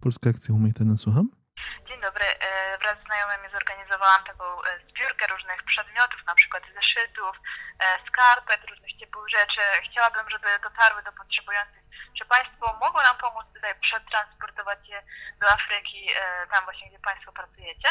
Polska Akcja Humanitarna, słucham. Dzień dobry. Wraz z znajomymi zorganizowałam taką zbiórkę różnych przedmiotów, na przykład zeszytów, skarpet, różnych ciepłych rzeczy. Chciałabym, żeby dotarły do potrzebujących. Czy Państwo mogą nam pomóc tutaj przetransportować je do Afryki, tam właśnie, gdzie Państwo pracujecie?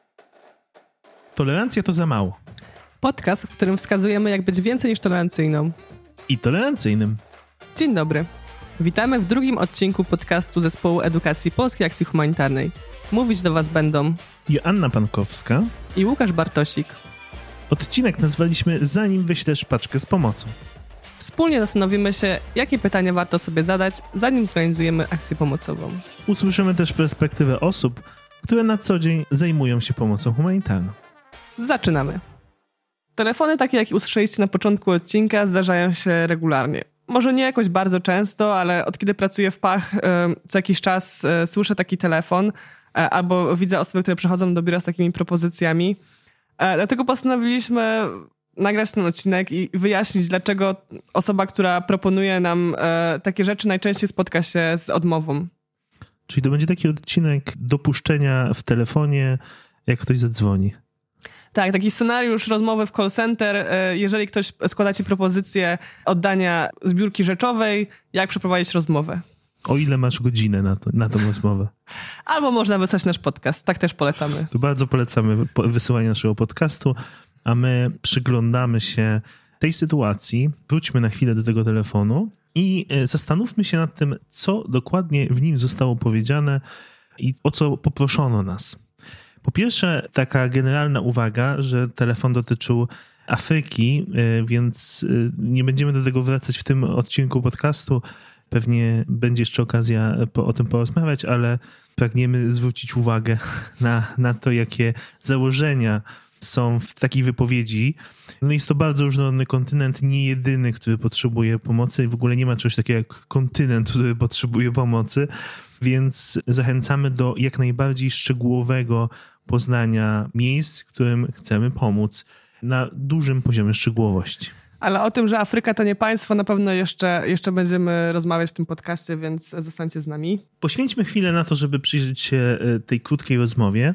Tolerancja to za mało. Podcast, w którym wskazujemy, jak być więcej niż tolerancyjną. I tolerancyjnym. Dzień dobry. Witamy w drugim odcinku podcastu Zespołu Edukacji Polskiej Akcji Humanitarnej. Mówić do Was będą Joanna Pankowska i Łukasz Bartosik. Odcinek nazwaliśmy Zanim wyślesz paczkę z pomocą. Wspólnie zastanowimy się, jakie pytania warto sobie zadać, zanim zorganizujemy akcję pomocową. Usłyszymy też perspektywę osób, które na co dzień zajmują się pomocą humanitarną. Zaczynamy. Telefony takie, jak usłyszeliście na początku odcinka, zdarzają się regularnie. Może nie jakoś bardzo często, ale od kiedy pracuję w PAH, co jakiś czas słyszę taki telefon albo widzę osoby, które przychodzą do biura z takimi propozycjami. Dlatego postanowiliśmy nagrać ten odcinek i wyjaśnić, dlaczego osoba, która proponuje nam takie rzeczy, najczęściej spotka się z odmową. Czyli to będzie taki odcinek dopuszczenia w telefonie, jak ktoś zadzwoni. Tak, taki scenariusz rozmowy w call center, jeżeli ktoś składa ci propozycję oddania zbiórki rzeczowej, jak przeprowadzić rozmowę. O ile masz godzinę na tą rozmowę. Albo można wysłać nasz podcast, tak też polecamy. To bardzo polecamy wysyłanie naszego podcastu, a my przyglądamy się tej sytuacji. Wróćmy na chwilę do tego telefonu i zastanówmy się nad tym, co dokładnie w nim zostało powiedziane i o co poproszono nas. Po pierwsze, taka generalna uwaga, że telefon dotyczył Afryki, więc nie będziemy do tego wracać w tym odcinku podcastu. Pewnie będzie jeszcze okazja o tym porozmawiać, ale pragniemy zwrócić uwagę na to, jakie założenia są w takiej wypowiedzi. No jest to bardzo różnorodny kontynent, nie jedyny, który potrzebuje pomocy i w ogóle nie ma czegoś takiego jak kontynent, który potrzebuje pomocy, więc zachęcamy do jak najbardziej szczegółowego poznania miejsc, którym chcemy pomóc na dużym poziomie szczegółowości. Ale o tym, że Afryka to nie państwo, na pewno jeszcze będziemy rozmawiać w tym podcaście, więc zostańcie z nami. Poświęćmy chwilę na to, żeby przyjrzeć się tej krótkiej rozmowie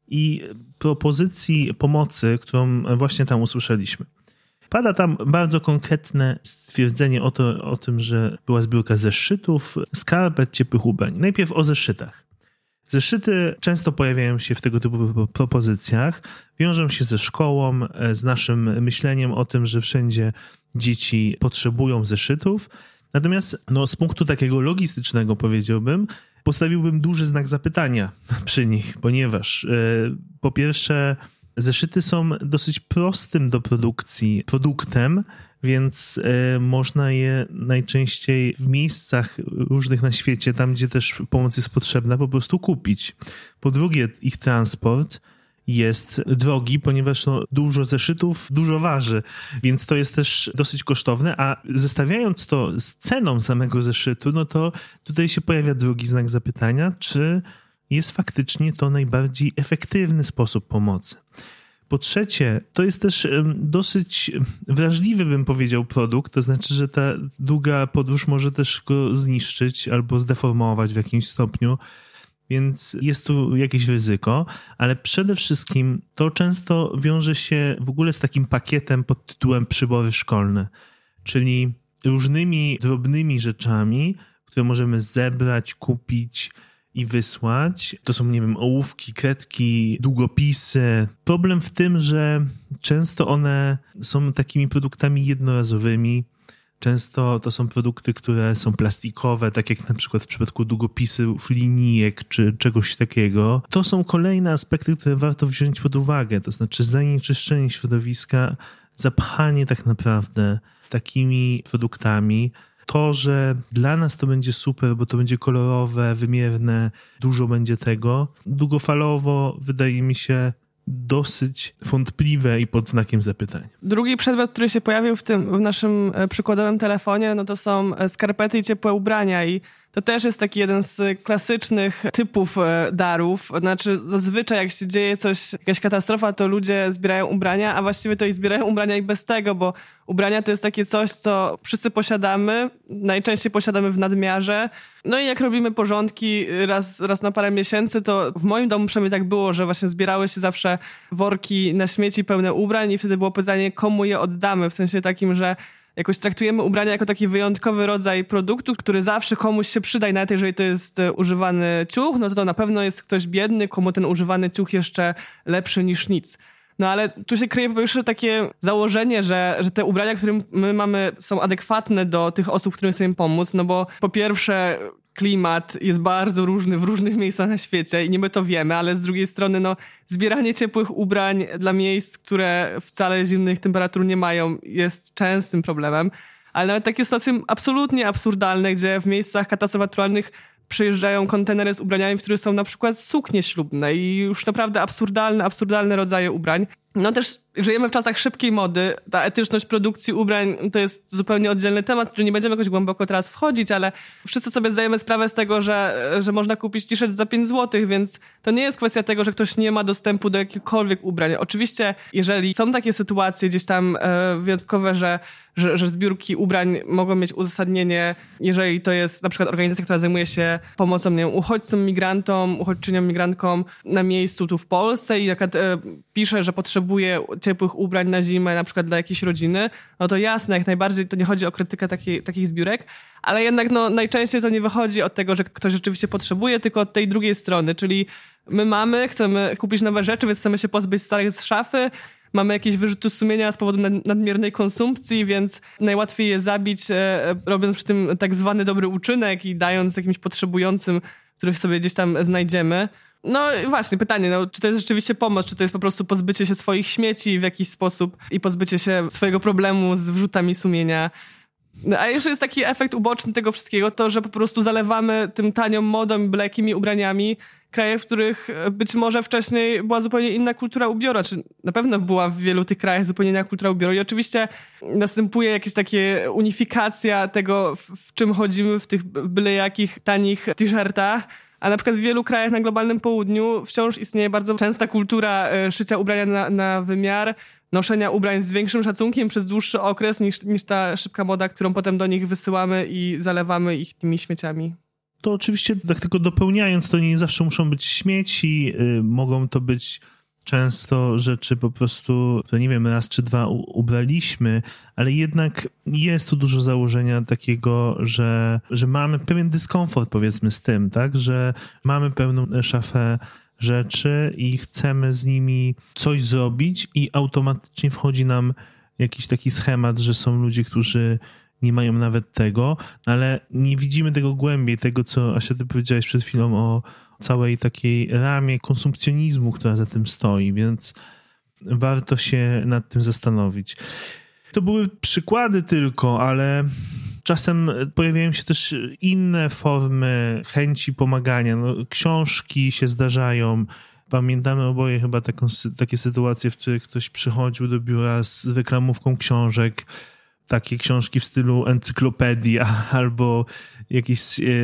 i propozycji pomocy, którą właśnie tam usłyszeliśmy. Pada tam bardzo konkretne stwierdzenie o tym, że była zbiórka zeszytów, skarpet, ciepłych ubrań. Najpierw o zeszytach. Zeszyty często pojawiają się w tego typu propozycjach, wiążą się ze szkołą, z naszym myśleniem o tym, że wszędzie dzieci potrzebują zeszytów. Natomiast z punktu takiego logistycznego, powiedziałbym, postawiłbym duży znak zapytania przy nich, ponieważ po pierwsze zeszyty są dosyć prostym do produkcji produktem, więc można je najczęściej w miejscach różnych na świecie, tam gdzie też pomoc jest potrzebna, po prostu kupić. Po drugie, ich transport jest drogi, ponieważ dużo zeszytów dużo waży, więc to jest też dosyć kosztowne, a zestawiając to z ceną samego zeszytu, to tutaj się pojawia drugi znak zapytania, czy jest faktycznie to najbardziej efektywny sposób pomocy. Po trzecie, to jest też dosyć wrażliwy, bym powiedział, produkt, to znaczy, że ta długa podróż może też go zniszczyć albo zdeformować w jakimś stopniu, więc jest tu jakieś ryzyko, ale przede wszystkim to często wiąże się w ogóle z takim pakietem pod tytułem przybory szkolne, czyli różnymi drobnymi rzeczami, które możemy zebrać, kupić i wysłać. To są, ołówki, kredki, długopisy. Problem w tym, że często one są takimi produktami jednorazowymi. Często to są produkty, które są plastikowe, tak jak na przykład w przypadku długopisów, linijek czy czegoś takiego. To są kolejne aspekty, które warto wziąć pod uwagę. To znaczy zanieczyszczenie środowiska, zapchanie tak naprawdę takimi produktami. To, że dla nas to będzie super, bo to będzie kolorowe, wymierne, dużo będzie tego. Długofalowo wydaje mi się dosyć wątpliwe i pod znakiem zapytania. Drugi przedmiot, który się pojawił w naszym przykładowym telefonie, to są skarpety i ciepłe ubrania i To też jest taki jeden z klasycznych typów darów. Znaczy zazwyczaj jak się dzieje coś, jakaś katastrofa, to ludzie zbierają ubrania, a właściwie to i zbierają ubrania i bez tego, bo ubrania to jest takie coś, co wszyscy posiadamy, najczęściej posiadamy w nadmiarze. No i jak robimy porządki raz na parę miesięcy, to w moim domu przynajmniej tak było, że właśnie zbierały się zawsze worki na śmieci pełne ubrań i wtedy było pytanie, komu je oddamy, w sensie takim, że jakoś traktujemy ubrania jako taki wyjątkowy rodzaj produktu, który zawsze komuś się przyda i nawet jeżeli to jest używany ciuch, no to na pewno jest ktoś biedny, komu ten używany ciuch jeszcze lepszy niż nic. No ale tu się kryje po pierwsze takie założenie, że te ubrania, które my mamy, są adekwatne do tych osób, którym chcemy pomóc, no bo po pierwsze klimat jest bardzo różny w różnych miejscach na świecie i nie my to wiemy, ale z drugiej strony no, zbieranie ciepłych ubrań dla miejsc, które wcale zimnych temperatur nie mają, jest częstym problemem. Ale nawet takie sytuacje absolutnie absurdalne, gdzie w miejscach katastrof naturalnych przyjeżdżają kontenery z ubraniami, w których są na przykład suknie ślubne i już naprawdę absurdalne rodzaje ubrań. No też żyjemy w czasach szybkiej mody. Ta etyczność produkcji ubrań to jest zupełnie oddzielny temat, który nie będziemy jakoś głęboko teraz wchodzić, ale wszyscy sobie zdajemy sprawę z tego, że można kupić t-shirt za 5 zł, więc to nie jest kwestia tego, że ktoś nie ma dostępu do jakichkolwiek ubrań. Oczywiście, jeżeli są takie sytuacje gdzieś tam wyjątkowe, że zbiórki ubrań mogą mieć uzasadnienie, jeżeli to jest na przykład organizacja, która zajmuje się pomocą, nie wiem, uchodźcom, migrantom, uchodźczyniom, migrantkom na miejscu tu w Polsce i pisze, że potrzebuje ciepłych ubrań na zimę, na przykład dla jakiejś rodziny, no to jasne, jak najbardziej to nie chodzi o krytykę takich zbiórek, ale jednak no, najczęściej to nie wychodzi od tego, że ktoś rzeczywiście potrzebuje, tylko od tej drugiej strony, czyli my chcemy kupić nowe rzeczy, więc chcemy się pozbyć starych z szafy, mamy jakieś wyrzuty sumienia z powodu nadmiernej konsumpcji, więc najłatwiej je zabić, robiąc przy tym tak zwany dobry uczynek i dając jakimś potrzebującym, których sobie gdzieś tam znajdziemy. No właśnie, pytanie, no, czy to jest rzeczywiście pomoc, czy to jest po prostu pozbycie się swoich śmieci w jakiś sposób i pozbycie się swojego problemu z wrzutami sumienia. No, a jeszcze jest taki efekt uboczny tego wszystkiego, to, że po prostu zalewamy tym tanią modą i byle jakimi ubraniami kraje, w których być może wcześniej była zupełnie inna kultura ubioru, czy na pewno była w wielu tych krajach zupełnie inna kultura ubioru i oczywiście następuje jakaś takie unifikacja tego, w czym chodzimy, w tych byle jakich tanich t-shirtach, a na przykład w wielu krajach na globalnym południu wciąż istnieje bardzo częsta kultura szycia ubrania na wymiar, noszenia ubrań z większym szacunkiem przez dłuższy okres niż ta szybka moda, którą potem do nich wysyłamy i zalewamy ich tymi śmieciami. To oczywiście, tak tylko dopełniając, to nie zawsze muszą być śmieci, mogą to być często rzeczy po prostu, to nie wiem, raz czy dwa ubraliśmy, ale jednak jest tu dużo założenia takiego, że mamy pewien dyskomfort, powiedzmy, z tym, tak, że mamy pełną szafę rzeczy i chcemy z nimi coś zrobić i automatycznie wchodzi nam jakiś taki schemat, że są ludzie, którzy nie mają nawet tego, ale nie widzimy tego głębiej, tego, co Asia, ty powiedziałeś przed chwilą o całej takiej ramie konsumpcjonizmu, która za tym stoi, więc warto się nad tym zastanowić. To były przykłady tylko, ale czasem pojawiają się też inne formy chęci pomagania. No, książki się zdarzają. Pamiętamy oboje chyba takie sytuacje, w których ktoś przychodził do biura z reklamówką książek, takie książki w stylu encyklopedia albo jakieś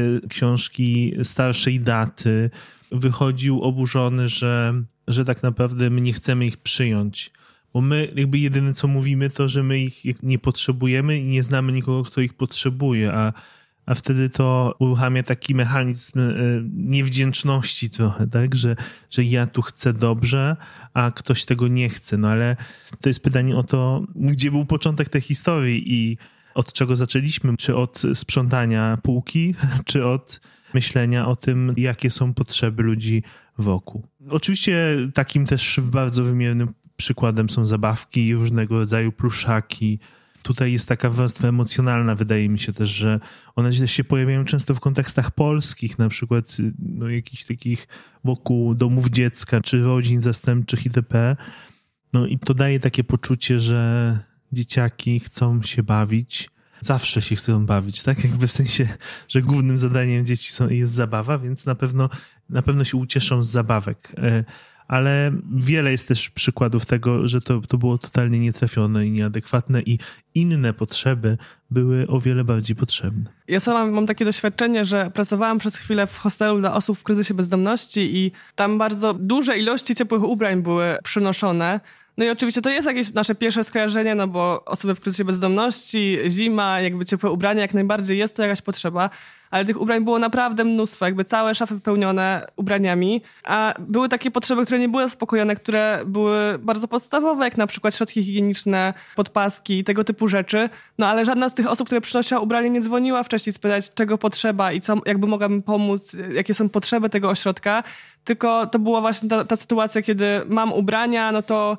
książki starszej daty. Wychodził oburzony, że tak naprawdę my nie chcemy ich przyjąć. Bo my jakby jedyne co mówimy to, że my ich nie potrzebujemy i nie znamy nikogo, kto ich potrzebuje, a wtedy to uruchamia taki mechanizm niewdzięczności trochę, tak? Że ja tu chcę dobrze, a ktoś tego nie chce. No ale to jest pytanie o to, gdzie był początek tej historii i od czego zaczęliśmy? Czy od sprzątania półki, czy od myślenia o tym, jakie są potrzeby ludzi wokół. Oczywiście takim też bardzo wymiernym przykładem są zabawki i różnego rodzaju pluszaki. Tutaj jest taka warstwa emocjonalna, wydaje mi się też, że one też się pojawiają często w kontekstach polskich, na przykład no, jakichś takich wokół domów dziecka, czy rodzin zastępczych itp. No i to daje takie poczucie, że dzieciaki chcą się bawić. Zawsze się chcą bawić, tak? Jakby w sensie, że głównym zadaniem dzieci jest zabawa, więc na pewno się ucieszą z zabawek. ale wiele jest też przykładów tego, że to było totalnie nietrafione i nieadekwatne i inne potrzeby były o wiele bardziej potrzebne. Ja sama mam takie doświadczenie, że pracowałam przez chwilę w hostelu dla osób w kryzysie bezdomności i tam bardzo duże ilości ciepłych ubrań były przynoszone. No i oczywiście to jest jakieś nasze pierwsze skojarzenie, no bo osoby w kryzysie bezdomności, zima, jakby ciepłe ubrania, jak najbardziej jest to jakaś potrzeba, ale tych ubrań było naprawdę mnóstwo, jakby całe szafy wypełnione ubraniami, a były takie potrzeby, które nie były zaspokojone, które były bardzo podstawowe, jak na przykład środki higieniczne, podpaski i tego typu rzeczy, no ale żadna z tych osób, które przynosiła ubranie, nie dzwoniła wcześniej spytać, czego potrzeba i co, jakby mogłabym pomóc, jakie są potrzeby tego ośrodka, tylko to była właśnie ta sytuacja, kiedy mam ubrania, no to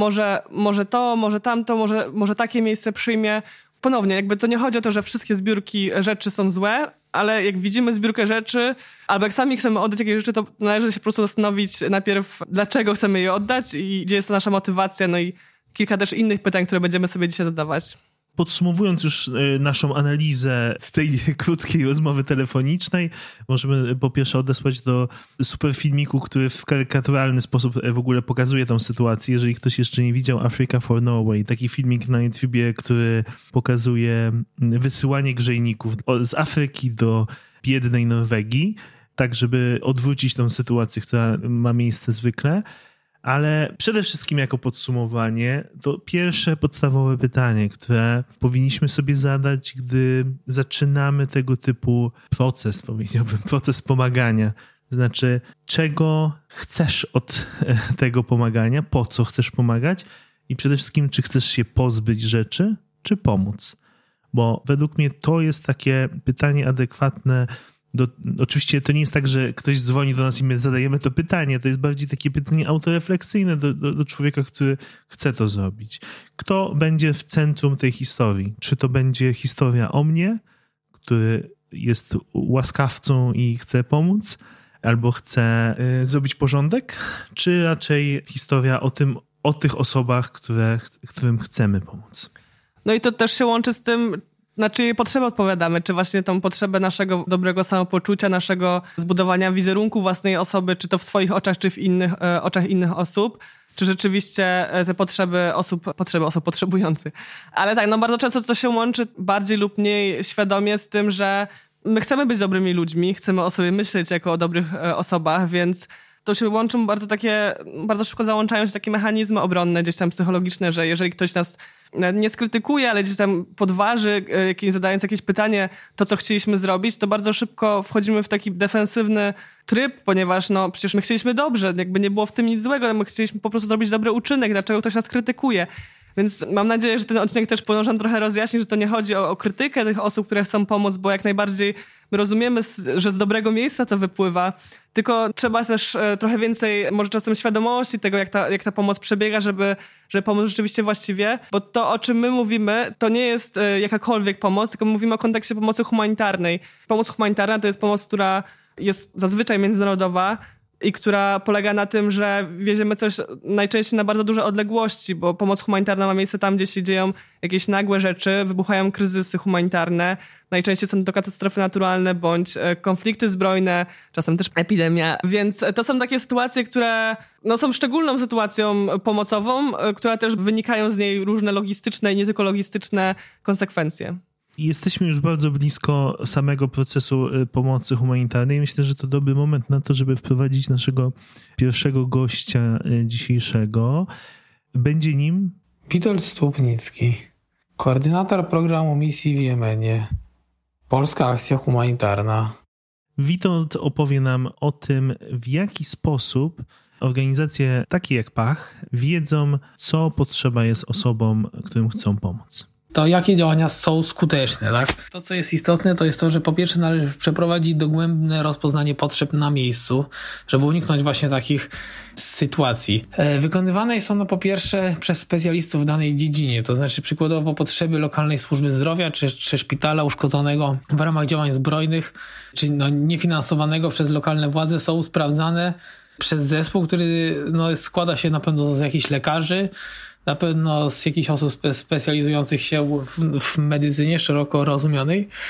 może to, może tamto, może takie miejsce przyjmie. Ponownie, jakby to nie chodzi o to, że wszystkie zbiórki rzeczy są złe, ale jak widzimy zbiórkę rzeczy, albo jak sami chcemy oddać jakieś rzeczy, to należy się po prostu zastanowić najpierw, dlaczego chcemy je oddać i gdzie jest nasza motywacja, no i kilka też innych pytań, które będziemy sobie dzisiaj zadawać. Podsumowując już naszą analizę z tej krótkiej rozmowy telefonicznej, możemy po pierwsze odesłać do super filmiku, który w karykaturalny sposób w ogóle pokazuje tą sytuację. Jeżeli ktoś jeszcze nie widział Africa for Norway, taki filmik na YouTubie, który pokazuje wysyłanie grzejników z Afryki do biednej Norwegii, tak żeby odwrócić tą sytuację, która ma miejsce zwykle. Ale przede wszystkim jako podsumowanie, to pierwsze podstawowe pytanie, które powinniśmy sobie zadać, gdy zaczynamy tego typu proces, powiedziałbym, proces pomagania. Znaczy, czego chcesz od tego pomagania, po co chcesz pomagać i przede wszystkim, czy chcesz się pozbyć rzeczy, czy pomóc. Bo według mnie to jest takie pytanie adekwatne. Oczywiście to nie jest tak, że ktoś dzwoni do nas i my zadajemy to pytanie. To jest bardziej takie pytanie autorefleksyjne do człowieka, który chce to zrobić. Kto będzie w centrum tej historii? Czy to będzie historia o mnie, który jest łaskawcą i chce pomóc, albo chce zrobić porządek? Czy raczej historia o tych osobach, którym chcemy pomóc? No i to też się łączy z tym, na czyje potrzeby odpowiadamy, czy właśnie tą potrzebę naszego dobrego samopoczucia, naszego zbudowania wizerunku własnej osoby, czy to w swoich oczach, czy w oczach innych osób, czy rzeczywiście te potrzeby osób potrzebujących. Ale tak, no bardzo często to się łączy bardziej lub mniej świadomie z tym, że my chcemy być dobrymi ludźmi, chcemy o sobie myśleć jako o dobrych osobach, więc to się łączą bardzo szybko załączają się takie mechanizmy obronne, gdzieś tam psychologiczne, że jeżeli ktoś nas nie skrytykuje, ale gdzieś tam podważy, zadając jakieś pytanie, to co chcieliśmy zrobić, to bardzo szybko wchodzimy w taki defensywny tryb, ponieważ no przecież my chcieliśmy dobrze, jakby nie było w tym nic złego, my chcieliśmy po prostu zrobić dobry uczynek, dlaczego ktoś nas krytykuje. Więc mam nadzieję, że ten odcinek też pomoże nam trochę rozjaśnić, że to nie chodzi o krytykę tych osób, które chcą pomóc, bo jak najbardziej my rozumiemy, że z dobrego miejsca to wypływa, tylko trzeba też trochę więcej, może czasem świadomości tego, jak ta pomoc przebiega, żeby pomóc rzeczywiście właściwie, bo to, o czym my mówimy, to nie jest jakakolwiek pomoc, tylko mówimy o kontekście pomocy humanitarnej. Pomoc humanitarna to jest pomoc, która jest zazwyczaj międzynarodowa, i która polega na tym, że wieziemy coś najczęściej na bardzo duże odległości, bo pomoc humanitarna ma miejsce tam, gdzie się dzieją jakieś nagłe rzeczy, wybuchają kryzysy humanitarne, najczęściej są to katastrofy naturalne bądź konflikty zbrojne, czasem też epidemia. Więc to są takie sytuacje, które są szczególną sytuacją pomocową, która też wynikają z niej różne logistyczne i nie tylko logistyczne konsekwencje. Jesteśmy już bardzo blisko samego procesu pomocy humanitarnej. Myślę, że to dobry moment na to, żeby wprowadzić naszego pierwszego gościa dzisiejszego. Będzie nim Witold Stłupnicki, koordynator programu misji w Jemenie, Polska Akcja Humanitarna. Witold opowie nam o tym, w jaki sposób organizacje takie jak PAH wiedzą, co potrzeba jest osobom, którym chcą pomóc. To jakie działania są skuteczne, tak? To, co jest istotne, to jest to, że po pierwsze należy przeprowadzić dogłębne rozpoznanie potrzeb na miejscu, żeby uniknąć właśnie takich sytuacji. Wykonywane są one po pierwsze przez specjalistów w danej dziedzinie, to znaczy przykładowo potrzeby lokalnej służby zdrowia czy szpitala uszkodzonego w ramach działań zbrojnych, czy niefinansowanego przez lokalne władze są sprawdzane przez zespół, który składa się na pewno z jakichś lekarzy, na pewno z jakichś osób specjalizujących się w medycynie szeroko rozumianej.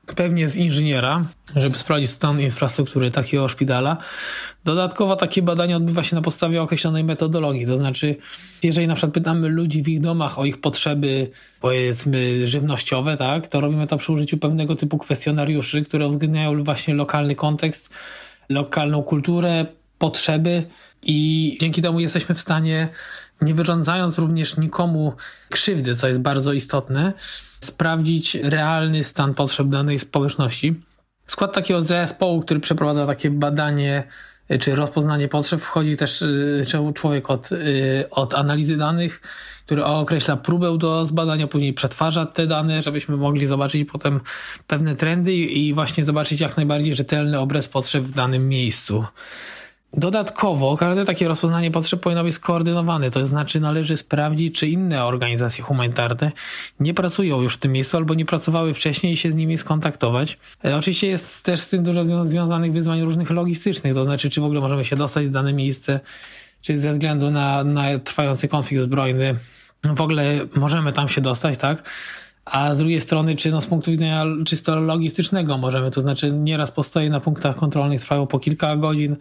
pewnie z inżyniera, żeby sprawdzić stan infrastruktury takiego szpitala. Dodatkowo takie badanie odbywa się na podstawie określonej metodologii, to znaczy jeżeli na przykład pytamy ludzi w ich domach o ich potrzeby, powiedzmy żywnościowe, tak, to robimy to przy użyciu pewnego typu kwestionariuszy, które uwzględniają właśnie lokalny kontekst, lokalną kulturę, potrzeby i dzięki temu jesteśmy w stanie, nie wyrządzając również nikomu krzywdy, co jest bardzo istotne, sprawdzić realny stan potrzeb danej społeczności. W skład takiego zespołu, który przeprowadza takie badanie czy rozpoznanie potrzeb, wchodzi też człowiek od analizy danych, który określa próbę do zbadania, później przetwarza te dane, żebyśmy mogli zobaczyć potem pewne trendy i właśnie zobaczyć jak najbardziej rzetelny obraz potrzeb w danym miejscu. Dodatkowo każde takie rozpoznanie potrzeb powinno być skoordynowane, to znaczy należy sprawdzić, czy inne organizacje humanitarne nie pracują już w tym miejscu albo nie pracowały wcześniej i się z nimi skontaktować. Oczywiście jest też z tym dużo związanych wyzwań różnych logistycznych, to znaczy czy w ogóle możemy się dostać w dane miejsce, czy ze względu na trwający konflikt zbrojny w ogóle możemy tam się dostać, tak? A z drugiej strony, czy z punktu widzenia czysto logistycznego możemy, to znaczy nieraz postoje na punktach kontrolnych trwają po kilka godzin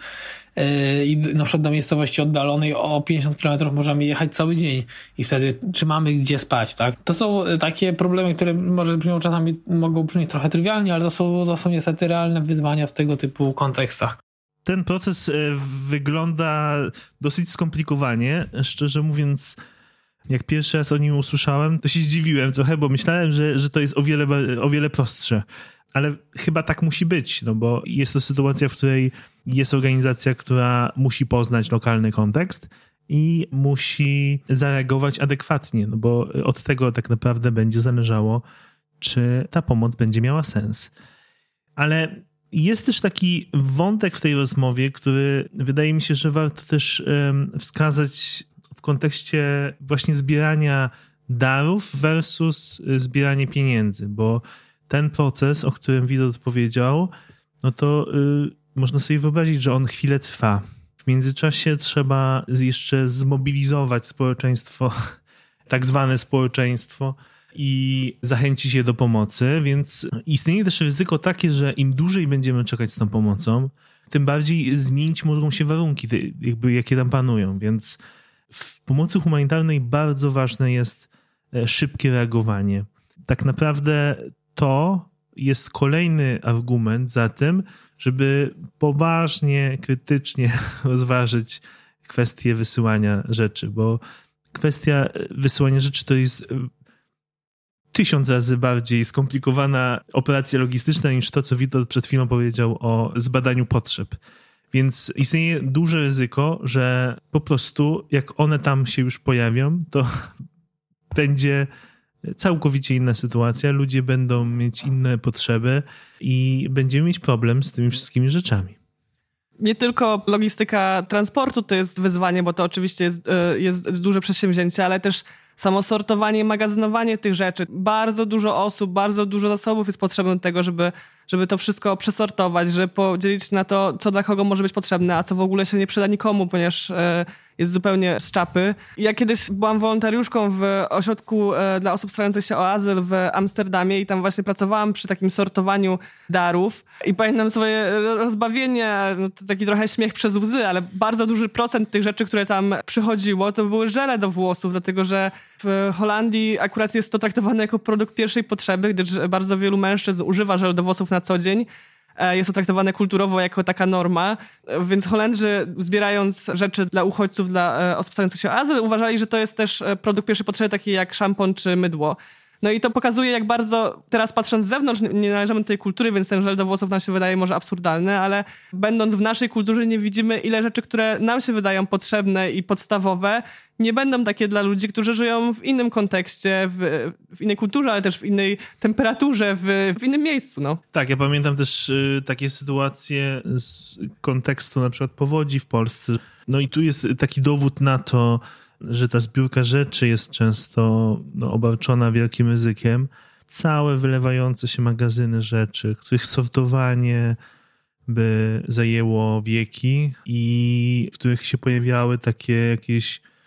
i na przykład do miejscowości oddalonej o 50 km możemy jechać cały dzień i wtedy czy mamy gdzie spać, tak? To są takie problemy, które może brzmią czasami, mogą brzmieć trochę trywialnie, ale to są niestety realne wyzwania w tego typu kontekstach. Ten proces wygląda dosyć skomplikowanie, szczerze mówiąc. Jak pierwszy raz o nim usłyszałem, to się zdziwiłem trochę, bo myślałem, że to jest o wiele prostsze. Ale chyba tak musi być, no bo jest to sytuacja, w której jest organizacja, która musi poznać lokalny kontekst i musi zareagować adekwatnie, no bo od tego tak naprawdę będzie zależało, czy ta pomoc będzie miała sens. Ale jest też taki wątek w tej rozmowie, który wydaje mi się, że warto też wskazać w kontekście właśnie zbierania darów versus zbieranie pieniędzy, bo ten proces, o którym Witold powiedział, no to można sobie wyobrazić, że on chwilę trwa. W międzyczasie trzeba jeszcze zmobilizować społeczeństwo, tak zwane społeczeństwo i zachęcić je do pomocy, więc istnieje też ryzyko takie, że im dłużej będziemy czekać z tą pomocą, tym bardziej zmienić mogą się warunki, jakie tam panują, więc w pomocy humanitarnej bardzo ważne jest szybkie reagowanie. Tak naprawdę to jest kolejny argument za tym, żeby poważnie, krytycznie rozważyć kwestię wysyłania rzeczy, bo kwestia wysyłania rzeczy to jest 1000 razy bardziej skomplikowana operacja logistyczna niż to, co Witold przed chwilą powiedział o zbadaniu potrzeb. Więc istnieje duże ryzyko, że po prostu jak one tam się już pojawią, to będzie całkowicie inna sytuacja, ludzie będą mieć inne potrzeby i będziemy mieć problem z tymi wszystkimi rzeczami. Nie tylko logistyka transportu to jest wyzwanie, bo to oczywiście jest duże przedsięwzięcie, ale też samo sortowanie, magazynowanie tych rzeczy. Bardzo dużo osób, bardzo dużo zasobów jest potrzebne do tego, żeby to wszystko przesortować, żeby podzielić na to, co dla kogo może być potrzebne, a co w ogóle się nie przyda nikomu, ponieważ jest zupełnie z czapy. Ja kiedyś byłam wolontariuszką w ośrodku dla osób starających się o azyl w Amsterdamie i tam właśnie pracowałam przy takim sortowaniu darów i pamiętam swoje rozbawienie, no to taki trochę śmiech przez łzy, ale bardzo duży procent tych rzeczy, które tam przychodziło, to były żele do włosów, dlatego że w Holandii akurat jest to traktowane jako produkt pierwszej potrzeby, gdyż bardzo wielu mężczyzn używa żelu do włosów na co dzień. Jest to traktowane kulturowo jako taka norma, więc Holendrzy, zbierając rzeczy dla uchodźców, dla osób starających się o azyl, uważali, że to jest też produkt pierwszej potrzeby, taki jak szampon czy mydło. No i to pokazuje, jak bardzo, teraz patrząc z zewnątrz, nie należymy do tej kultury, więc ten żel do włosów nam się wydaje może absurdalny, ale będąc w naszej kulturze nie widzimy, ile rzeczy, które nam się wydają potrzebne i podstawowe, nie będą takie dla ludzi, którzy żyją w innym kontekście, w innej kulturze, ale też w innej temperaturze, w innym miejscu. No. Tak, ja pamiętam też takie sytuacje z kontekstu na przykład powodzi w Polsce. No i tu jest taki dowód na to, że ta zbiórka rzeczy jest często obarczona wielkim ryzykiem. Całe wylewające się magazyny rzeczy, których sortowanie by zajęło wieki i w których się pojawiały takie jakieś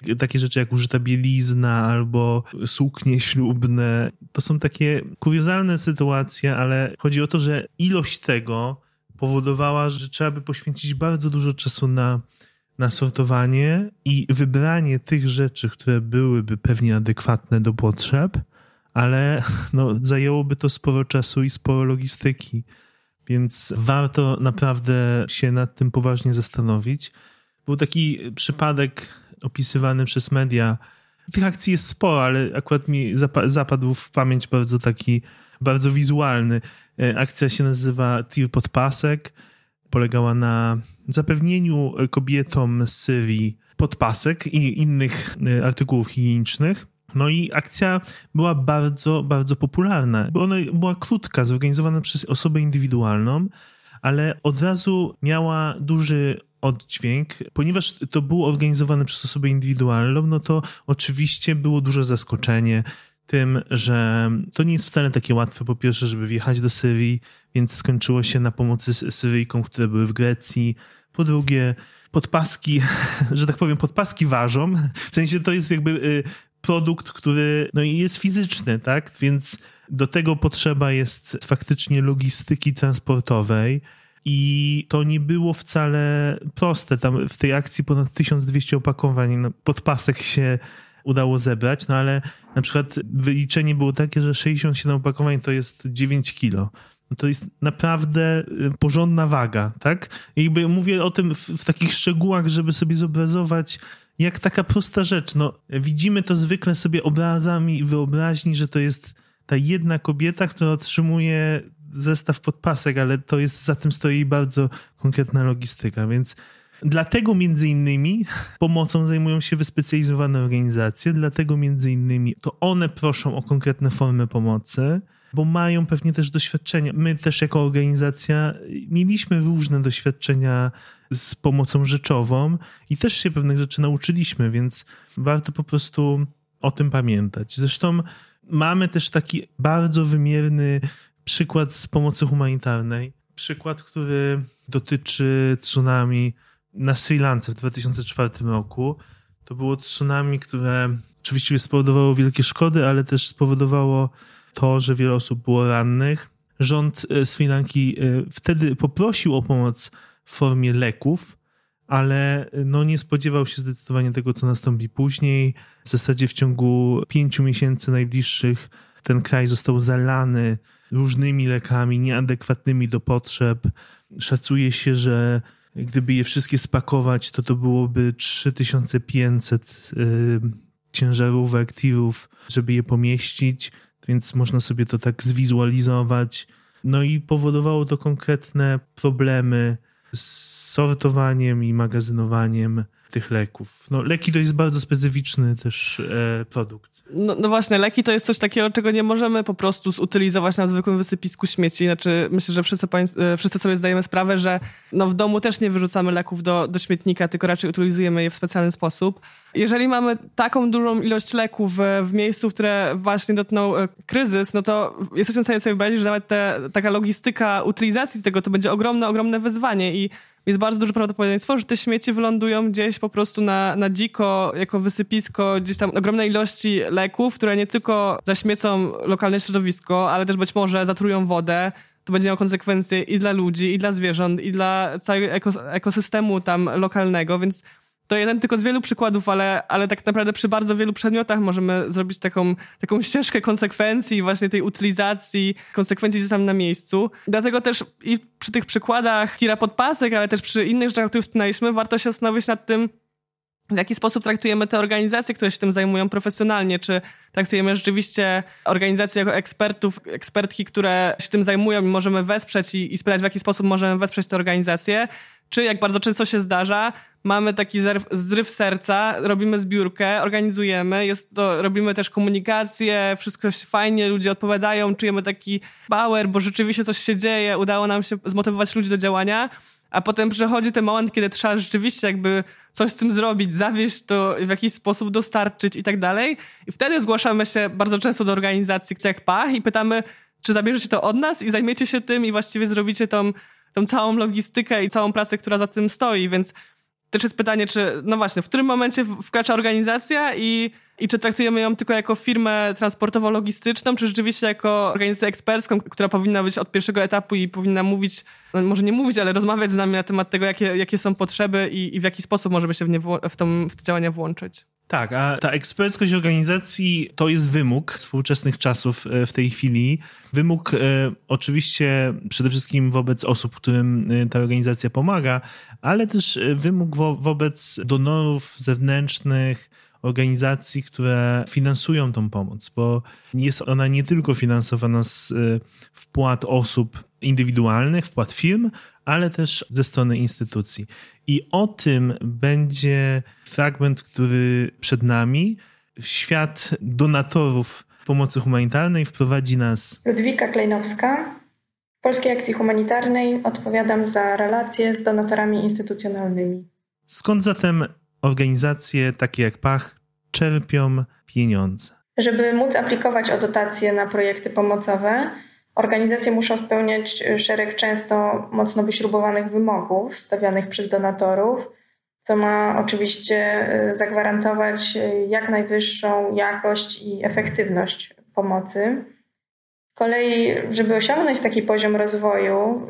takie rzeczy jak użyta bielizna albo suknie ślubne. To są takie kuriozalne sytuacje, ale chodzi o to, że ilość tego powodowała, że trzeba by poświęcić bardzo dużo czasu na sortowanie i wybranie tych rzeczy, które byłyby pewnie adekwatne do potrzeb, ale zajęłoby to sporo czasu i sporo logistyki, więc warto naprawdę się nad tym poważnie zastanowić. Był taki przypadek opisywany przez media. Tych akcji jest sporo, ale akurat mi zapadł w pamięć bardzo wizualny. Akcja się nazywa Tir Podpasek. Polegała na zapewnieniu kobietom z Syrii podpasek i innych artykułów higienicznych. No i akcja była bardzo, bardzo popularna. Ona była krótka, zorganizowana przez osobę indywidualną, ale od razu miała duży oddźwięk. Ponieważ to było organizowane przez osobę indywidualną, no to oczywiście było duże zaskoczenie tym, że to nie jest wcale takie łatwe, po pierwsze, żeby wjechać do Syrii, więc skończyło się na pomocy Syryjkom, które były w Grecji. Po drugie, podpaski, że tak powiem, podpaski ważą. W sensie to jest jakby produkt, który jest fizyczny, tak? Więc do tego potrzeba jest faktycznie logistyki transportowej i to nie było wcale proste. Tam w tej akcji ponad 1200 opakowań podpasek się udało zebrać, ale na przykład wyliczenie było takie, że 67 opakowań to jest 9 kilo. To jest naprawdę porządna waga, tak? I jakby mówię o tym w takich szczegółach, żeby sobie zobrazować, jak taka prosta rzecz. Widzimy to zwykle sobie obrazami i wyobraźni, że to jest ta jedna kobieta, która otrzymuje zestaw podpasek, ale za tym stoi bardzo konkretna logistyka, więc dlatego między innymi pomocą zajmują się wyspecjalizowane organizacje, dlatego między innymi to one proszą o konkretne formy pomocy, bo mają pewnie też doświadczenia. My też jako organizacja mieliśmy różne doświadczenia z pomocą rzeczową i też się pewnych rzeczy nauczyliśmy, więc warto po prostu o tym pamiętać. Zresztą mamy też taki bardzo wymierny przykład z pomocy humanitarnej. Przykład, który dotyczy tsunami na Sri Lance w 2004 roku. To było tsunami, które oczywiście spowodowało wielkie szkody, ale też spowodowało to, że wiele osób było rannych. Rząd Sri Lanki wtedy poprosił o pomoc w formie leków, ale nie spodziewał się zdecydowanie tego, co nastąpi później. W zasadzie w ciągu 5 miesięcy najbliższych ten kraj został zalany różnymi lekami nieadekwatnymi do potrzeb. Szacuje się, że gdyby je wszystkie spakować, to byłoby 3500 ciężarówek, tirów, żeby je pomieścić, więc można sobie to tak zwizualizować. I powodowało to konkretne problemy z sortowaniem i magazynowaniem tych leków. Leki to jest bardzo specyficzny też produkt. No właśnie, leki to jest coś takiego, czego nie możemy po prostu zutylizować na zwykłym wysypisku śmieci. Znaczy, myślę, że wszyscy sobie zdajemy sprawę, że w domu też nie wyrzucamy leków do śmietnika, tylko raczej utylizujemy je w specjalny sposób. Jeżeli mamy taką dużą ilość leków w miejscu, które właśnie dotknął kryzys, to jesteśmy w stanie sobie wyobrazić, że nawet taka logistyka utylizacji tego to będzie ogromne wyzwanie i jest bardzo duże prawdopodobieństwo, że te śmieci wylądują gdzieś po prostu na dziko, jako wysypisko, gdzieś tam ogromnej ilości leków, które nie tylko zaśmiecą lokalne środowisko, ale też być może zatrują wodę. To będzie miało konsekwencje i dla ludzi, i dla zwierząt, i dla całego ekosystemu tam lokalnego, więc to jeden tylko z wielu przykładów, ale tak naprawdę przy bardzo wielu przedmiotach możemy zrobić taką ścieżkę konsekwencji właśnie tej utylizacji, konsekwencji gdzieś tam na miejscu. Dlatego też i przy tych przykładach tira podpasek, ale też przy innych rzeczach, o których wspominaliśmy, warto się zastanowić nad tym, w jaki sposób traktujemy te organizacje, które się tym zajmują profesjonalnie, czy traktujemy rzeczywiście organizacje jako ekspertów, ekspertki, które się tym zajmują i możemy wesprzeć i spytać, w jaki sposób możemy wesprzeć te organizacje, czy jak bardzo często się zdarza, mamy taki zryw serca, robimy zbiórkę, organizujemy, robimy też komunikację, wszystko się fajnie, ludzie odpowiadają, czujemy taki power, bo rzeczywiście coś się dzieje, udało nam się zmotywować ludzi do działania, a potem przychodzi ten moment, kiedy trzeba rzeczywiście jakby coś z tym zrobić, zawieźć to w jakiś sposób, dostarczyć i tak dalej. I wtedy zgłaszamy się bardzo często do organizacji jak PACH i pytamy, czy zabierzecie to od nas i zajmiecie się tym i właściwie zrobicie tą całą logistykę i całą pracę, która za tym stoi, więc też jest pytanie, czy, no właśnie, w którym momencie wkracza organizacja i czy traktujemy ją tylko jako firmę transportowo-logistyczną, czy rzeczywiście jako organizację ekspercką, która powinna być od pierwszego etapu i powinna mówić, no może nie mówić, ale rozmawiać z nami na temat tego, jakie są potrzeby i w jaki sposób możemy się w te działania włączyć. Tak, a ta eksperckość organizacji to jest wymóg współczesnych czasów w tej chwili. Wymóg oczywiście przede wszystkim wobec osób, którym ta organizacja pomaga, ale też wymóg wobec donorów zewnętrznych, organizacji, które finansują tą pomoc, bo jest ona nie tylko finansowana z wpłat osób indywidualnych, wpłat firm, ale też ze strony instytucji. I o tym będzie fragment, który przed nami. W świat donatorów pomocy humanitarnej wprowadzi nas Ludwika Klejnowska. W Polskiej Akcji Humanitarnej odpowiadam za relacje z donatorami instytucjonalnymi. Skąd zatem organizacje takie jak PACH czerpią pieniądze? Żeby móc aplikować o dotacje na projekty pomocowe, organizacje muszą spełniać szereg często mocno wyśrubowanych wymogów stawianych przez donatorów, co ma oczywiście zagwarantować jak najwyższą jakość i efektywność pomocy. Z kolei, żeby osiągnąć taki poziom rozwoju,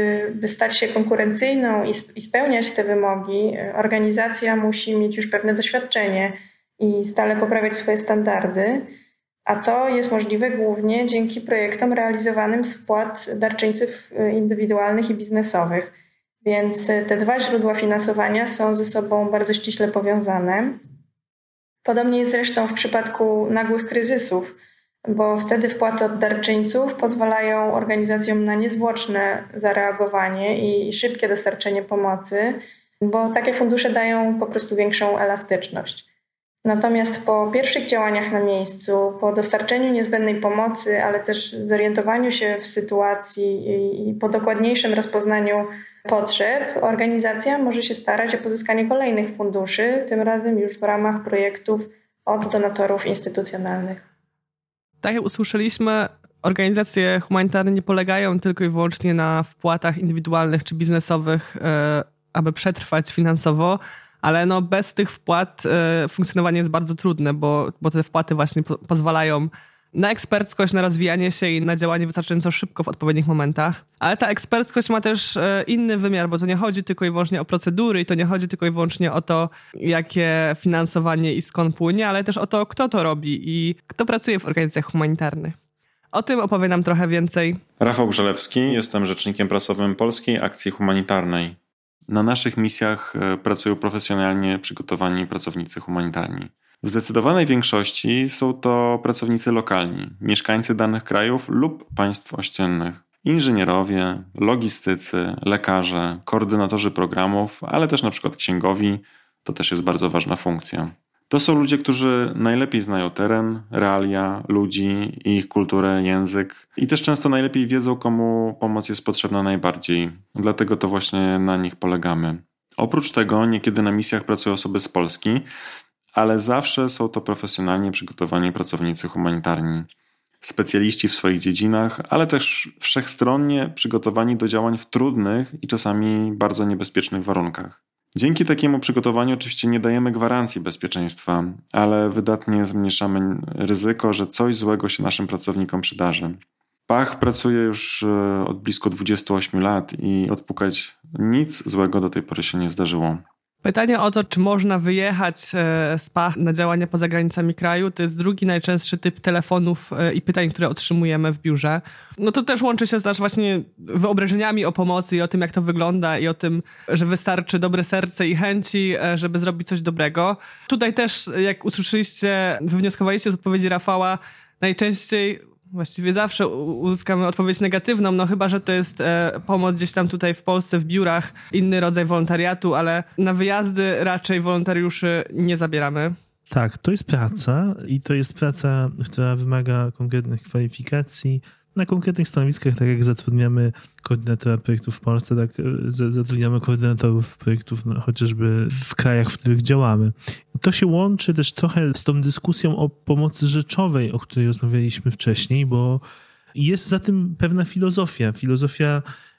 by stać się konkurencyjną i spełniać te wymogi, organizacja musi mieć już pewne doświadczenie i stale poprawiać swoje standardy, a to jest możliwe głównie dzięki projektom realizowanym z wpłat darczyńców indywidualnych i biznesowych. Więc te dwa źródła finansowania są ze sobą bardzo ściśle powiązane. Podobnie jest zresztą w przypadku nagłych kryzysów, bo wtedy wpłaty od darczyńców pozwalają organizacjom na niezwłoczne zareagowanie i szybkie dostarczenie pomocy, bo takie fundusze dają po prostu większą elastyczność. Natomiast po pierwszych działaniach na miejscu, po dostarczeniu niezbędnej pomocy, ale też zorientowaniu się w sytuacji i po dokładniejszym rozpoznaniu potrzeb, organizacja może się starać o pozyskanie kolejnych funduszy, tym razem już w ramach projektów od donatorów instytucjonalnych. Tak jak usłyszeliśmy, organizacje humanitarne nie polegają tylko i wyłącznie na wpłatach indywidualnych czy biznesowych, aby przetrwać finansowo, ale no bez tych wpłat funkcjonowanie jest bardzo trudne, bo te wpłaty właśnie pozwalają na eksperckość, na rozwijanie się i na działanie wystarczająco szybko w odpowiednich momentach. Ale ta eksperckość ma też inny wymiar, bo to nie chodzi tylko i wyłącznie o procedury i to nie chodzi tylko i wyłącznie o to, jakie finansowanie i skąd płynie, ale też o to, kto to robi i kto pracuje w organizacjach humanitarnych. O tym opowie nam trochę więcej Rafał Grzelewski, jestem rzecznikiem prasowym Polskiej Akcji Humanitarnej. Na naszych misjach pracują profesjonalnie przygotowani pracownicy humanitarni. W zdecydowanej większości są to pracownicy lokalni, mieszkańcy danych krajów lub państw ościennych. Inżynierowie, logistycy, lekarze, koordynatorzy programów, ale też na przykład księgowi, to też jest bardzo ważna funkcja. To są ludzie, którzy najlepiej znają teren, realia, ludzi, ich kulturę, język i też często najlepiej wiedzą, komu pomoc jest potrzebna najbardziej. Dlatego to właśnie na nich polegamy. Oprócz tego niekiedy na misjach pracują osoby z Polski, ale zawsze są to profesjonalnie przygotowani pracownicy humanitarni. Specjaliści w swoich dziedzinach, ale też wszechstronnie przygotowani do działań w trudnych i czasami bardzo niebezpiecznych warunkach. Dzięki takiemu przygotowaniu oczywiście nie dajemy gwarancji bezpieczeństwa, ale wydatnie zmniejszamy ryzyko, że coś złego się naszym pracownikom przydarzy. PACH pracuje już od blisko 28 lat i odpukać nic złego do tej pory się nie zdarzyło. Pytanie o to, czy można wyjechać z PACH na działania poza granicami kraju, to jest drugi najczęstszy typ telefonów i pytań, które otrzymujemy w biurze. No to też łączy się z właśnie wyobrażeniami o pomocy i o tym, jak to wygląda i o tym, że wystarczy dobre serce i chęci, żeby zrobić coś dobrego. Tutaj też, jak usłyszeliście, wywnioskowaliście z odpowiedzi Rafała, najczęściej właściwie zawsze uzyskamy odpowiedź negatywną, no chyba że to jest pomoc gdzieś tam tutaj w Polsce w biurach, inny rodzaj wolontariatu, ale na wyjazdy raczej wolontariuszy nie zabieramy. Tak, to jest praca i to jest praca, która wymaga konkretnych kwalifikacji na konkretnych stanowiskach, tak jak zatrudniamy koordynatora projektów w Polsce, tak zatrudniamy koordynatorów projektów chociażby w krajach, w których działamy. To się łączy też trochę z tą dyskusją o pomocy rzeczowej, o której rozmawialiśmy wcześniej, bo jest za tym pewna filozofia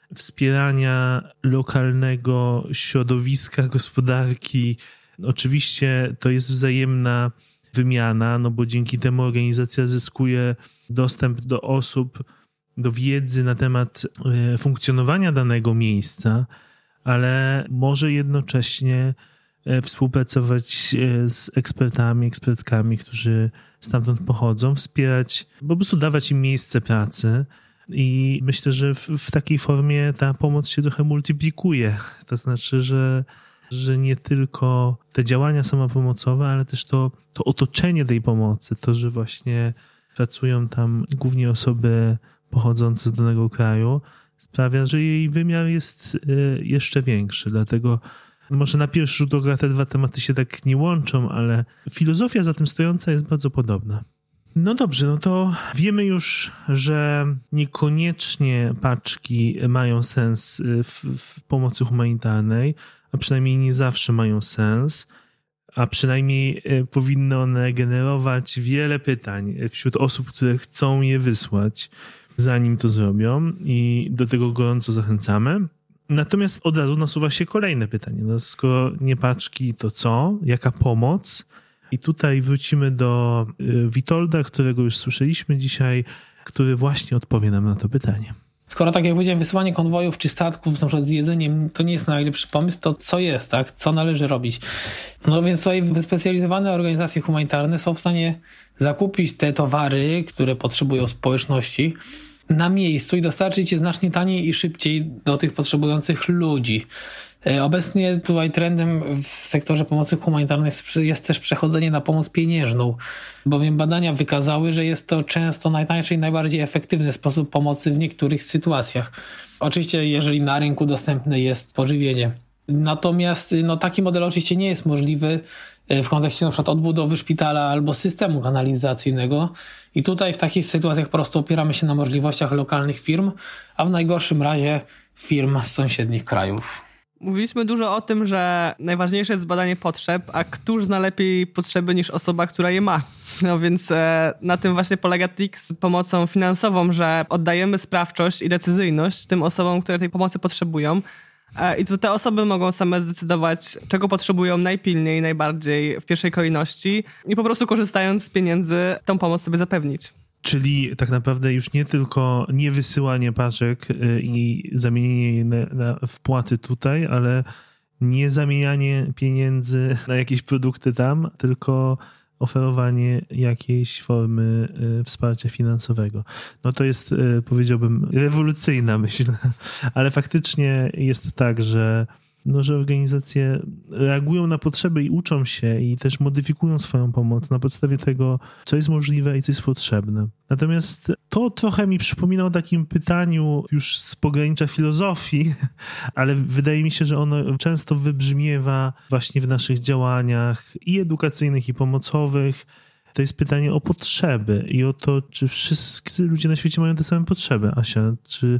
wspierania lokalnego środowiska, gospodarki. Oczywiście to jest wzajemna wymiana, no bo dzięki temu organizacja zyskuje dostęp do osób, do wiedzy na temat funkcjonowania danego miejsca, ale może jednocześnie współpracować z ekspertami, ekspertkami, którzy stamtąd pochodzą, wspierać, po prostu dawać im miejsce pracy. I myślę, że w takiej formie ta pomoc się trochę multiplikuje. To znaczy, że nie tylko te działania samopomocowe, ale też to otoczenie tej pomocy, to, że właśnie pracują tam głównie osoby pochodzące z danego kraju, sprawia, że jej wymiar jest jeszcze większy. Dlatego może na pierwszy rzut oka te dwa tematy się tak nie łączą, ale filozofia za tym stojąca jest bardzo podobna. No dobrze, no to wiemy już, że niekoniecznie paczki mają sens w pomocy humanitarnej, a przynajmniej nie zawsze mają sens, a przynajmniej powinny one generować wiele pytań wśród osób, które chcą je wysłać, zanim to zrobią, i do tego gorąco zachęcamy. Natomiast od razu nasuwa się kolejne pytanie. No, skoro nie paczki, to co? Jaka pomoc? I tutaj wrócimy do Witolda, którego już słyszeliśmy dzisiaj, który właśnie odpowie nam na to pytanie. Skoro, tak jak powiedziałem, wysyłanie konwojów czy statków na przykład z jedzeniem to nie jest najlepszy pomysł, to co jest, tak? Co należy robić? No więc tutaj wyspecjalizowane organizacje humanitarne są w stanie zakupić te towary, które potrzebują społeczności, na miejscu i dostarczyć je znacznie taniej i szybciej do tych potrzebujących ludzi. Obecnie tutaj trendem w sektorze pomocy humanitarnej jest też przechodzenie na pomoc pieniężną, bowiem badania wykazały, że jest to często najtańszy i najbardziej efektywny sposób pomocy w niektórych sytuacjach. Oczywiście, jeżeli na rynku dostępne jest pożywienie. Natomiast taki model oczywiście nie jest możliwy w kontekście na przykład odbudowy szpitala albo systemu kanalizacyjnego. I tutaj w takich sytuacjach po prostu opieramy się na możliwościach lokalnych firm, a w najgorszym razie firm z sąsiednich krajów. Mówiliśmy dużo o tym, że najważniejsze jest zbadanie potrzeb, a któż zna lepiej potrzeby niż osoba, która je ma. No więc na tym właśnie polega trik z pomocą finansową, że oddajemy sprawczość i decyzyjność tym osobom, które tej pomocy potrzebują. I to te osoby mogą same zdecydować, czego potrzebują najpilniej, najbardziej w pierwszej kolejności i po prostu korzystając z pieniędzy tą pomoc sobie zapewnić. Czyli tak naprawdę już nie tylko nie wysyłanie paczek i zamienienie je na wpłaty tutaj, ale nie zamienianie pieniędzy na jakieś produkty tam, tylko oferowanie jakiejś formy wsparcia finansowego. No to jest, powiedziałbym, rewolucyjna myśl, ale faktycznie jest tak, że organizacje reagują na potrzeby i uczą się i też modyfikują swoją pomoc na podstawie tego, co jest możliwe i co jest potrzebne. Natomiast to trochę mi przypomina o takim pytaniu już z pogranicza filozofii, ale wydaje mi się, że ono często wybrzmiewa właśnie w naszych działaniach i edukacyjnych, i pomocowych. To jest pytanie o potrzeby i o to, czy wszyscy ludzie na świecie mają te same potrzeby. Asia,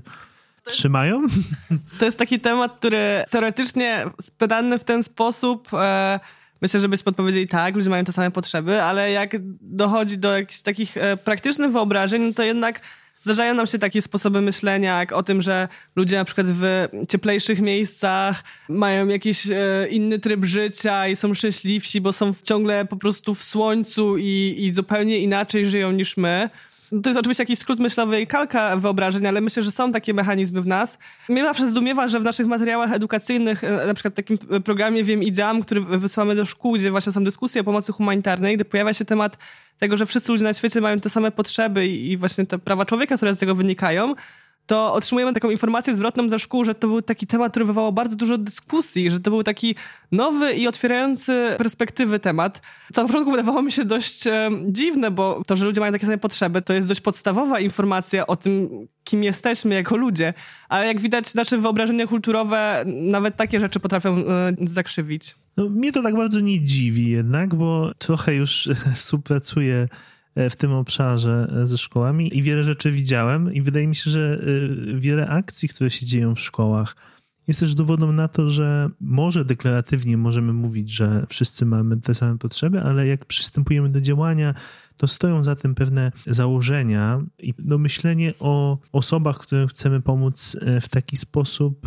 czy mają? To jest taki temat, który teoretycznie spytany w ten sposób, myślę, że byśmy odpowiedzieli tak, ludzie mają te same potrzeby, ale jak dochodzi do jakichś takich praktycznych wyobrażeń, to jednak zdarzają nam się takie sposoby myślenia, jak o tym, że ludzie na przykład w cieplejszych miejscach mają jakiś inny tryb życia i są szczęśliwsi, bo są ciągle po prostu w słońcu i zupełnie inaczej żyją niż my. To jest oczywiście jakiś skrót myślowy i kalka wyobrażeń, ale myślę, że są takie mechanizmy w nas. Mnie zawsze zdumiewa, że w naszych materiałach edukacyjnych, na przykład w takim programie Wiem i Dziam, który wysyłamy do szkół, gdzie właśnie są dyskusje o pomocy humanitarnej, gdy pojawia się temat tego, że wszyscy ludzie na świecie mają te same potrzeby i właśnie te prawa człowieka, które z tego wynikają, to otrzymujemy taką informację zwrotną ze szkół, że to był taki temat, który wywołał bardzo dużo dyskusji, że to był taki nowy i otwierający perspektywy temat. To na początku wydawało mi się dość dziwne, bo to, że ludzie mają takie same potrzeby, to jest dość podstawowa informacja o tym, kim jesteśmy jako ludzie. Ale jak widać, nasze wyobrażenia kulturowe nawet takie rzeczy potrafią zakrzywić. No, mnie to tak bardzo nie dziwi jednak, bo trochę już współpracuję w tym obszarze ze szkołami i wiele rzeczy widziałem i wydaje mi się, że wiele akcji, które się dzieją w szkołach, jest też dowodem na to, że może deklaratywnie możemy mówić, że wszyscy mamy te same potrzeby, ale jak przystępujemy do działania, to stoją za tym pewne założenia i myślenie o osobach, którym chcemy pomóc w taki sposób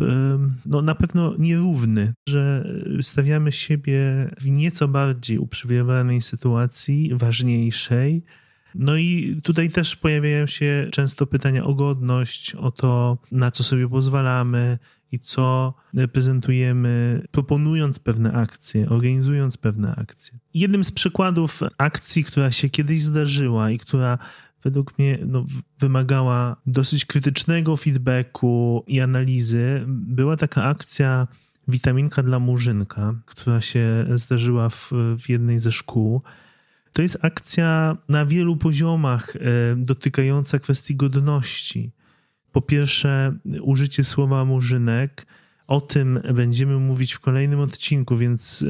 na pewno nierówny, że stawiamy siebie w nieco bardziej uprzywilejowanej sytuacji, ważniejszej. No i tutaj też pojawiają się często pytania o godność, o to, na co sobie pozwalamy i co prezentujemy, proponując pewne akcje, organizując pewne akcje. Jednym z przykładów akcji, która się kiedyś zdarzyła i która według mnie wymagała dosyć krytycznego feedbacku i analizy, była taka akcja Witaminka dla Murzynka, która się zdarzyła w jednej ze szkół. To jest akcja na wielu poziomach dotykająca kwestii godności. Po pierwsze, użycie słowa murzynek. O tym będziemy mówić w kolejnym odcinku, więc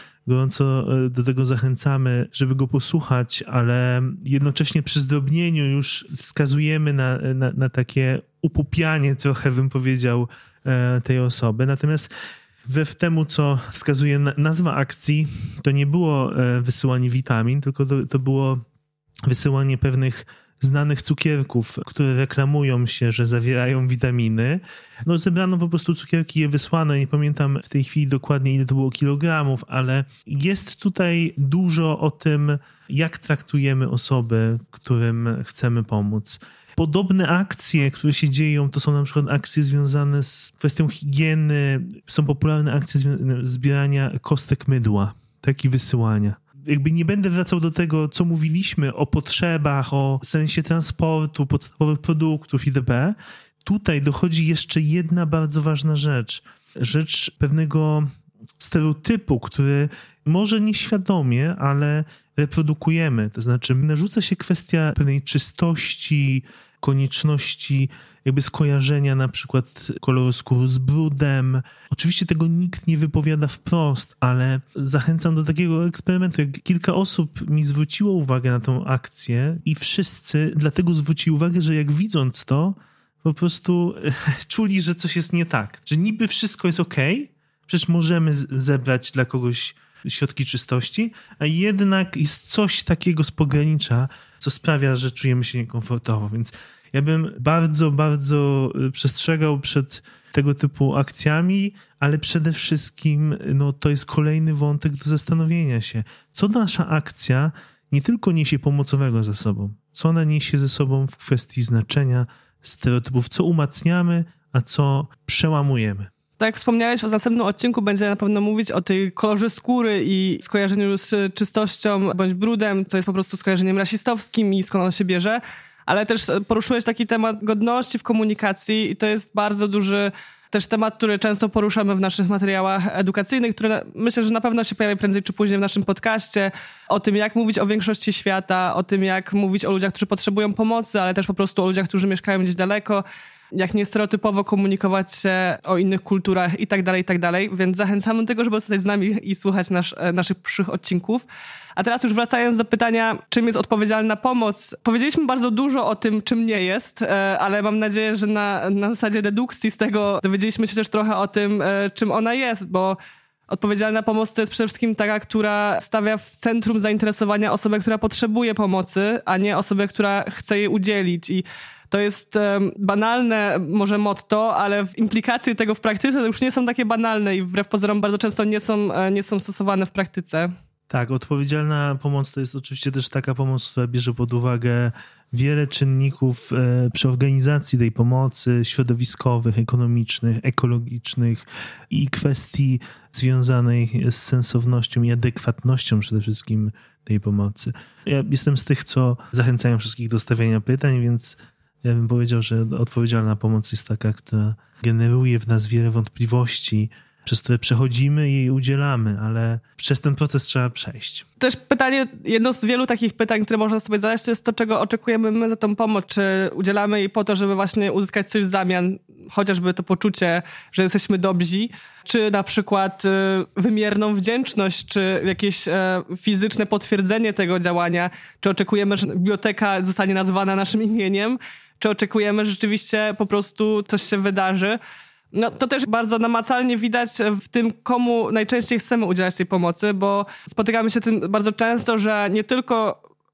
gorąco do tego zachęcamy, żeby go posłuchać, ale jednocześnie przy zdrobnieniu już wskazujemy na takie upupianie trochę, bym powiedział, tej osoby. Natomiast wbrew temu, co wskazuje nazwa akcji, to nie było wysyłanie witamin, tylko to było wysyłanie pewnych znanych cukierków, które reklamują się, że zawierają witaminy. Zebrano po prostu cukierki, je wysłano. Nie pamiętam w tej chwili dokładnie, ile to było kilogramów, ale jest tutaj dużo o tym, jak traktujemy osoby, którym chcemy pomóc. Podobne akcje, które się dzieją, to są na przykład akcje związane z kwestią higieny. Są popularne akcje zbierania kostek mydła, tak i wysyłania. Jakby nie będę wracał do tego, co mówiliśmy o potrzebach, o sensie transportu, podstawowych produktów itp. Tutaj dochodzi jeszcze jedna bardzo ważna rzecz. Rzecz pewnego stereotypu, który może nieświadomie, ale reprodukujemy. To znaczy narzuca się kwestia pewnej czystości, konieczności jakby skojarzenia na przykład koloru skóry z brudem. Oczywiście tego nikt nie wypowiada wprost, ale zachęcam do takiego eksperymentu. Jak kilka osób mi zwróciło uwagę na tą akcję i wszyscy dlatego zwrócili uwagę, że jak widząc to, po prostu czuli, że coś jest nie tak. Że niby wszystko jest okej, przecież możemy zebrać dla kogoś środki czystości, a jednak jest coś takiego z pogranicza, co sprawia, że czujemy się niekomfortowo. Więc ja bym bardzo, bardzo przestrzegał przed tego typu akcjami, ale przede wszystkim to jest kolejny wątek do zastanowienia się. Co nasza akcja nie tylko niesie pomocowego ze sobą, co ona niesie ze sobą w kwestii znaczenia stereotypów, co umacniamy, a co przełamujemy. Tak jak wspomniałeś, w następnym odcinku będzie na pewno mówić o tej kolorze skóry i skojarzeniu z czystością bądź brudem, co jest po prostu skojarzeniem rasistowskim i skąd on się bierze. Ale też poruszyłeś taki temat godności w komunikacji i to jest bardzo duży też temat, który często poruszamy w naszych materiałach edukacyjnych, który myślę, że na pewno się pojawi prędzej czy później w naszym podcaście. O tym, jak mówić o większości świata, o tym, jak mówić o ludziach, którzy potrzebują pomocy, ale też po prostu o ludziach, którzy mieszkają gdzieś daleko, jak niestereotypowo komunikować się o innych kulturach i tak dalej, więc zachęcamy do tego, żeby zostać z nami i słuchać naszych przyszłych odcinków. A teraz już wracając do pytania, czym jest odpowiedzialna pomoc. Powiedzieliśmy bardzo dużo o tym, czym nie jest, ale mam nadzieję, że na zasadzie dedukcji z tego dowiedzieliśmy się też trochę o tym, czym ona jest, bo odpowiedzialna pomoc to jest przede wszystkim taka, która stawia w centrum zainteresowania osobę, która potrzebuje pomocy, a nie osobę, która chce jej udzielić. I to jest banalne może motto, ale implikacje tego w praktyce to już nie są takie banalne i wbrew pozorom bardzo często nie są stosowane w praktyce. Tak, odpowiedzialna pomoc to jest oczywiście też taka pomoc, która bierze pod uwagę wiele czynników przy organizacji tej pomocy środowiskowych, ekonomicznych, ekologicznych i kwestii związanej z sensownością i adekwatnością przede wszystkim tej pomocy. Ja jestem z tych, co zachęcają wszystkich do stawiania pytań, więc ja bym powiedział, że odpowiedzialna pomoc jest taka, która generuje w nas wiele wątpliwości, przez które przechodzimy i jej udzielamy, ale przez ten proces trzeba przejść. Też pytanie, jedno z wielu takich pytań, które można sobie zadać, to jest to, czego oczekujemy my za tą pomoc. Czy udzielamy jej po to, żeby właśnie uzyskać coś w zamian, chociażby to poczucie, że jesteśmy dobrzy, czy na przykład wymierną wdzięczność, czy jakieś fizyczne potwierdzenie tego działania, czy oczekujemy, że biblioteka zostanie nazwana naszym imieniem, czy oczekujemy, że rzeczywiście po prostu coś się wydarzy. No to też bardzo namacalnie widać w tym, komu najczęściej chcemy udzielać tej pomocy, bo spotykamy się tym bardzo często, że nie tylko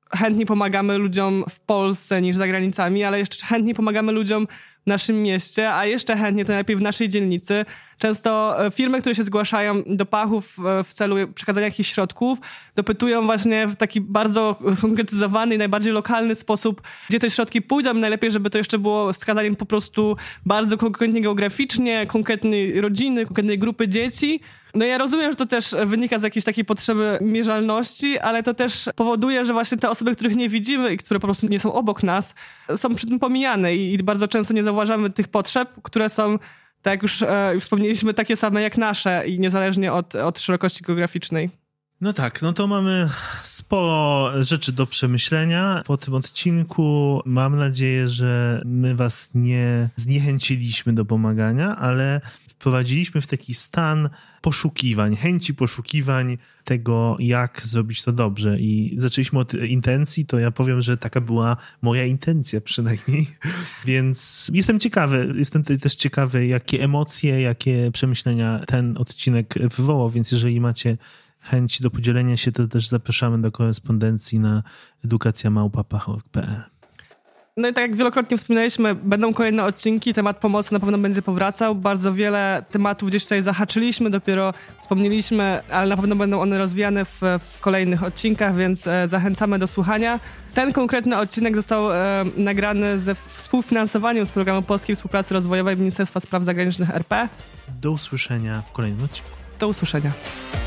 chętniej pomagamy ludziom w Polsce niż za granicami, ale jeszcze chętniej pomagamy ludziom w naszym mieście, a jeszcze chętniej to najlepiej w naszej dzielnicy. Często firmy, które się zgłaszają do Pachów w celu przekazania jakichś środków, dopytują właśnie w taki bardzo konkretyzowany i najbardziej lokalny sposób, gdzie te środki pójdą. Najlepiej, żeby to jeszcze było wskazaniem po prostu bardzo konkretnie geograficznie, konkretnej rodziny, konkretnej grupy dzieci. No ja rozumiem, że to też wynika z jakiejś takiej potrzeby mierzalności, ale to też powoduje, że właśnie te osoby, których nie widzimy i które po prostu nie są obok nas, są przy tym pomijane i bardzo często nie zauważamy tych potrzeb, które są, tak jak już wspomnieliśmy, takie same jak nasze i niezależnie od szerokości geograficznej. No tak, no to mamy sporo rzeczy do przemyślenia po tym odcinku. Mam nadzieję, że my was nie zniechęciliśmy do pomagania, ale wprowadziliśmy w taki stan poszukiwań, chęci poszukiwań tego, jak zrobić to dobrze. I zaczęliśmy od intencji, to ja powiem, że taka była moja intencja przynajmniej. Więc jestem też ciekawy, jakie emocje, jakie przemyślenia ten odcinek wywołał, więc jeżeli macie chęć do podzielenia się, to też zapraszamy do korespondencji na edukacja@pachor.pl. No i tak jak wielokrotnie wspominaliśmy, będą kolejne odcinki, temat pomocy na pewno będzie powracał. Bardzo wiele tematów gdzieś tutaj zahaczyliśmy, dopiero wspomnieliśmy, ale na pewno będą one rozwijane w kolejnych odcinkach, więc zachęcamy do słuchania. Ten konkretny odcinek został nagrany ze współfinansowaniem z Programu Polskiej Współpracy Rozwojowej Ministerstwa Spraw Zagranicznych RP. Do usłyszenia w kolejnym odcinku. Do usłyszenia.